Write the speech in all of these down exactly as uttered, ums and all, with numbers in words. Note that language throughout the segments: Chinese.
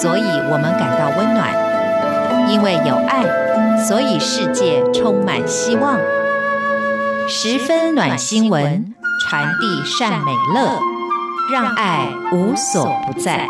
所以我们感到温暖；因为有爱，所以世界充满希望。十分暖新闻，传递善美乐，让爱无所不在。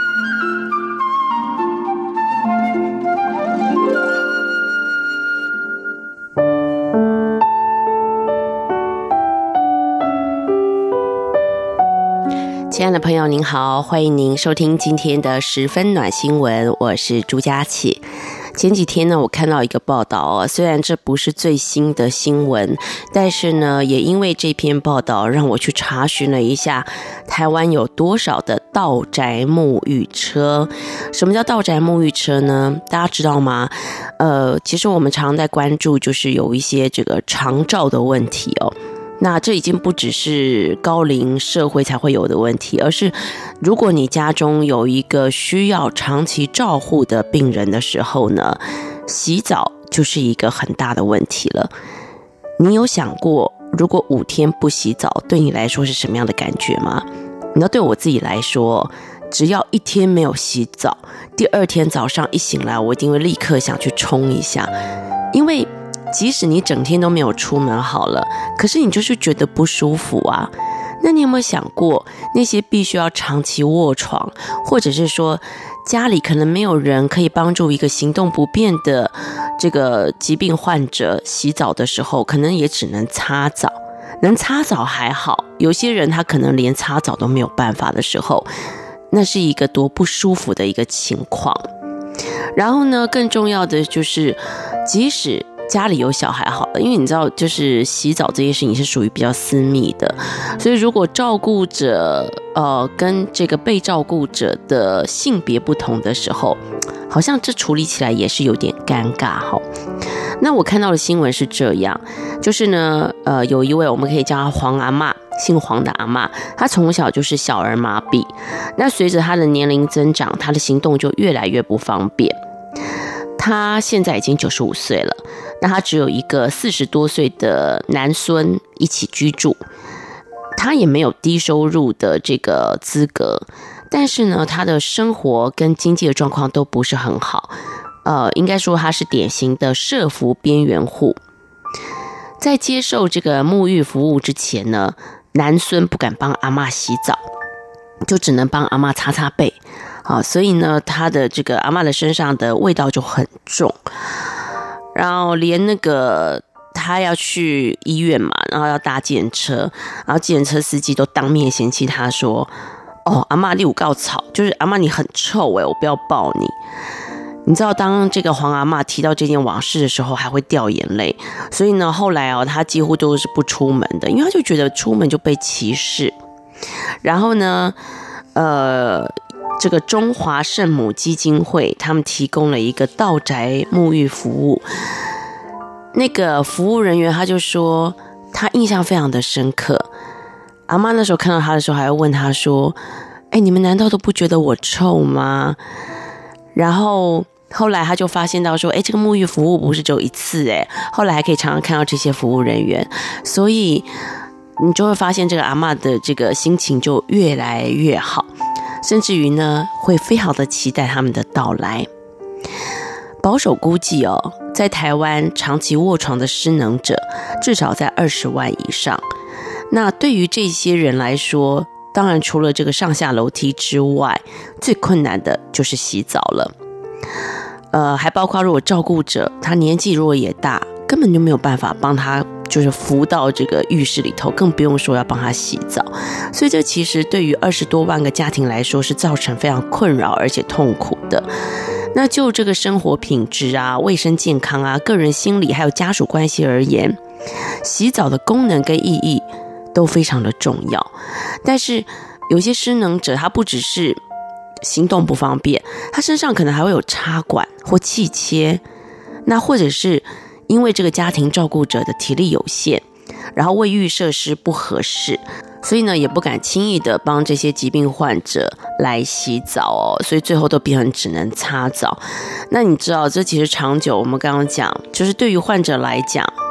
亲爱的朋友您好，欢迎您收听今天的十分暖新闻，我是朱佳琪。前几天呢，我看到一个报道哦，虽然这不是最新的新闻，但是呢，也因为这篇报道让我去查询了一下台湾有多少的到宅沐浴车。什么叫到宅沐浴车呢？大家知道吗？呃，其实我们常在关注就是有一些这个长照的问题哦。那这已经不只是高龄社会才会有的问题，而是如果你家中有一个需要长期照护的病人的时候呢，洗澡就是一个很大的问题了。你有想过，如果五天不洗澡，对你来说是什么样的感觉吗？你知道，对我自己来说，只要一天没有洗澡，第二天早上一醒来，我一定会立刻想去冲一下，因为即使你整天都没有出门好了，可是你就是觉得不舒服啊。那你有没有想过，那些必须要长期卧床，或者是说家里可能没有人可以帮助一个行动不便的这个疾病患者洗澡的时候，可能也只能擦澡。能擦澡还好，有些人他可能连擦澡都没有办法的时候，那是一个多不舒服的一个情况。然后呢，更重要的就是，即使家里有小孩好了，因为你知道，就是洗澡这件事情是属于比较私密的，所以如果照顾者呃跟这个被照顾者的性别不同的时候，好像这处理起来也是有点尴尬哈。那我看到的新闻是这样，就是呢，呃，有一位我们可以叫她黄阿嬷，姓黄的阿嬷，她从小就是小儿麻痹，那随着她的年龄增长，她的行动就越来越不方便。她现在已经九十五岁了，那她只有一个四十多岁的男孙一起居住，她也没有低收入的这个资格，但是呢，她的生活跟经济的状况都不是很好，呃，应该说她是典型的社福边缘户。在接受这个沐浴服务之前呢，男孙不敢帮阿嬷洗澡，就只能帮阿嬷擦擦背。啊，所以呢，他的这个阿嬷的身上的味道就很重，然后连那个他要去医院嘛，然后要搭计程车，然后计程车司机都当面嫌弃他说：“哦，阿嬷你有够吵，就是阿嬷你很臭哎，我不要抱你。”你知道，当这个黄阿嬷提到这件往事的时候，还会掉眼泪。所以呢，后来哦，他几乎都是不出门的，因为他就觉得出门就被歧视。然后呢，呃。这个中华圣母基金会他们提供了一个到宅沐浴服务，那个服务人员他就说他印象非常的深刻。阿嬷那时候看到他的时候，还会问他说：“哎，你们难道都不觉得我臭吗？”然后后来他就发现到说：“哎，这个沐浴服务不是只有一次哎，后来还可以常常看到这些服务人员，所以你就会发现这个阿嬷的这个心情就越来越好。”甚至于呢，会非常的期待他们的到来。保守估计哦，在台湾长期卧床的失能者至少在二十万以上。那对于这些人来说，当然除了这个上下楼梯之外，最困难的就是洗澡了。呃，还包括如果照顾者他年纪如果也大，根本就没有办法帮他就是扶到这个浴室里头，更不用说要帮他洗澡。所以这其实对于二十多万个家庭来说是造成非常困扰而且痛苦的。那就这个生活品质啊、卫生健康啊、个人心理还有家属关系而言，洗澡的功能跟意义都非常的重要。但是有些失能者他不只是行动不方便，他身上可能还会有插管或气切，那或者是因为这个家庭照顾者的体力有限，然后卫浴设施不合适，所以呢也不敢轻易的帮这些疾病患者来洗澡哦，所以最后都变成只能擦澡。那你知道这其实长久我们刚刚讲，就是对于患者来讲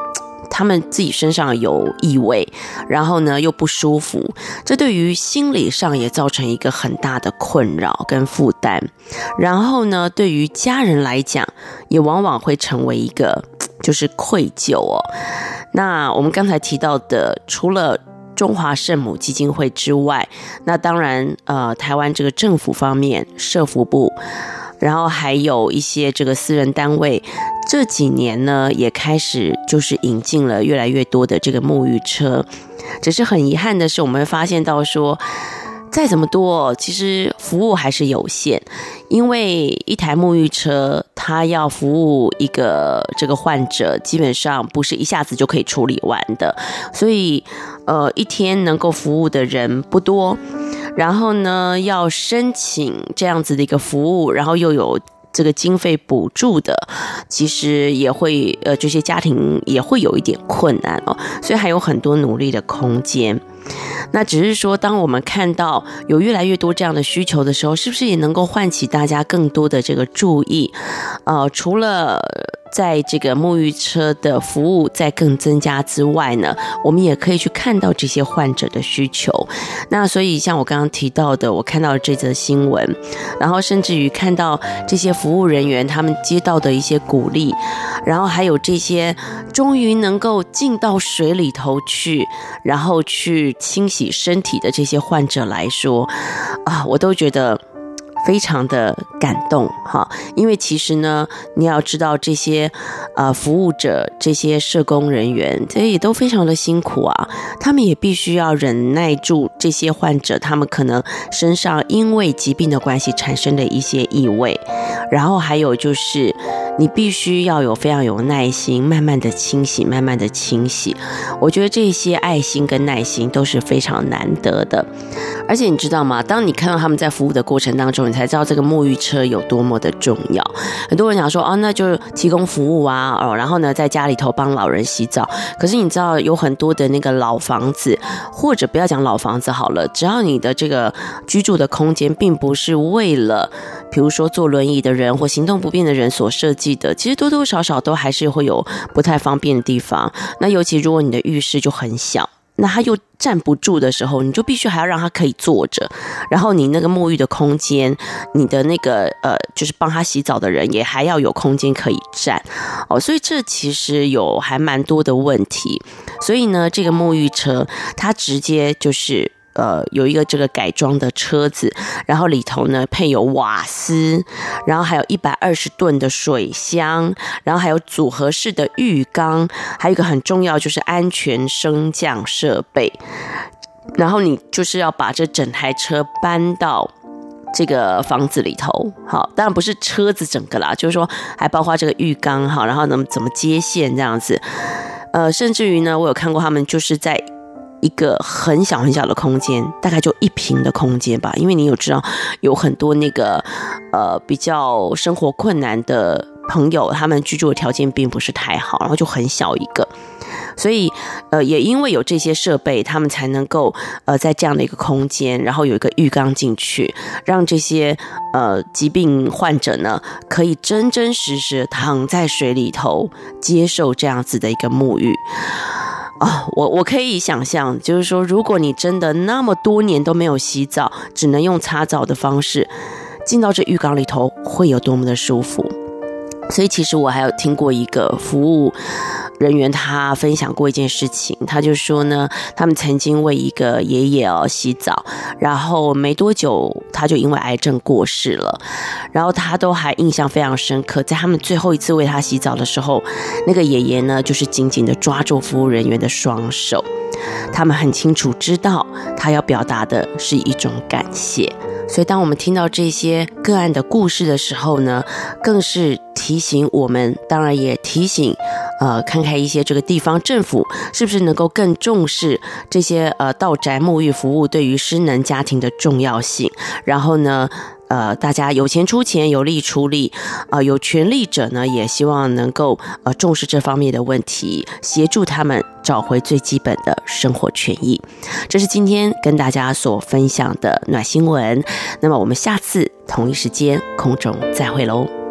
他们自己身上有异味，然后呢又不舒服，这对于心理上也造成一个很大的困扰跟负担。然后呢，对于家人来讲，也往往会成为一个就是愧疚哦。那我们刚才提到的，除了中华圣母基金会之外，那当然呃，台湾这个政府方面，社福部，然后还有一些这个私人单位，这几年呢也开始就是引进了越来越多的这个沐浴车。只是很遗憾的是，我们会发现到说，再怎么多，其实服务还是有限，因为一台沐浴车它要服务一个这个患者，基本上不是一下子就可以处理完的，所以呃一天能够服务的人不多，然后呢要申请这样子的一个服务，然后又有这个经费补助的，其实也会呃这些家庭也会有一点困难哦，所以还有很多努力的空间。那只是说，当我们看到有越来越多这样的需求的时候，是不是也能够唤起大家更多的这个注意？呃，除了在这个沐浴车的服务再更增加之外呢，我们也可以去看到这些患者的需求。那所以像我刚刚提到的，我看到这则新闻，然后甚至于看到这些服务人员他们接到的一些鼓励，然后还有这些终于能够进到水里头去，然后去清洗身体的这些患者来说啊，我都觉得非常的感动哈，因为其实呢，你要知道这些呃服务者、这些社工人员，这也都非常的辛苦啊，他们也必须要忍耐住这些患者，他们可能身上因为疾病的关系产生的一些异味，然后还有就是你必须要有非常有耐心，慢慢的清洗，慢慢的清洗。我觉得这些爱心跟耐心都是非常难得的。而且你知道吗？当你看到他们在服务的过程当中，你才知道这个沐浴车有多么的重要。很多人讲说，哦，那就提供服务啊，哦，然后呢，在家里头帮老人洗澡。可是你知道，有很多的那个老房子，或者不要讲老房子好了，只要你的这个居住的空间并不是为了，比如说坐轮椅的人或行动不便的人所设计的，其实多多少少都还是会有不太方便的地方。那尤其如果你的浴室就很小，那他又站不住的时候，你就必须还要让他可以坐着，然后你那个沐浴的空间，你的那个呃，就是帮他洗澡的人也还要有空间可以站哦，所以这其实有还蛮多的问题。所以呢，这个沐浴车它直接就是呃，有一个这个改装的车子，然后里头呢配有瓦斯，然后还有一百二十吨的水箱，然后还有组合式的浴缸，还有一个很重要就是安全升降设备。然后你就是要把这整台车搬到这个房子里头，好，当然不是车子整个啦，就是说还包括这个浴缸，好，然后呢怎么接线这样子，呃，甚至于呢，我有看过他们就是在一个很小很小的空间，大概就一坪的空间吧，因为你有知道有很多那个呃比较生活困难的朋友，他们居住的条件并不是太好，然后就很小一个，所以呃也因为有这些设备，他们才能够呃在这样的一个空间，然后有一个浴缸进去，让这些呃疾病患者呢可以真真实实躺在水里头接受这样子的一个沐浴。哦，我我可以想象，就是说，如果你真的那么多年都没有洗澡，只能用擦澡的方式进到这浴缸里头，会有多么的舒服。所以其实我还有听过一个服务人员，他分享过一件事情，他就说呢，他们曾经为一个爷爷哦洗澡，然后没多久他就因为癌症过世了，然后他都还印象非常深刻，在他们最后一次为他洗澡的时候，那个爷爷呢就是紧紧的抓住服务人员的双手，他们很清楚知道他要表达的是一种感谢。所以当我们听到这些个案的故事的时候呢，更是提醒我们，当然也提醒呃，看看一些这个地方政府是不是能够更重视这些呃到宅沐浴服务对于失能家庭的重要性，然后呢呃，大家有钱出钱，有力出力，呃，有权力者呢，也希望能够呃重视这方面的问题，协助他们找回最基本的生活权益。这是今天跟大家所分享的暖新闻。那么我们下次同一时间空中再会喽。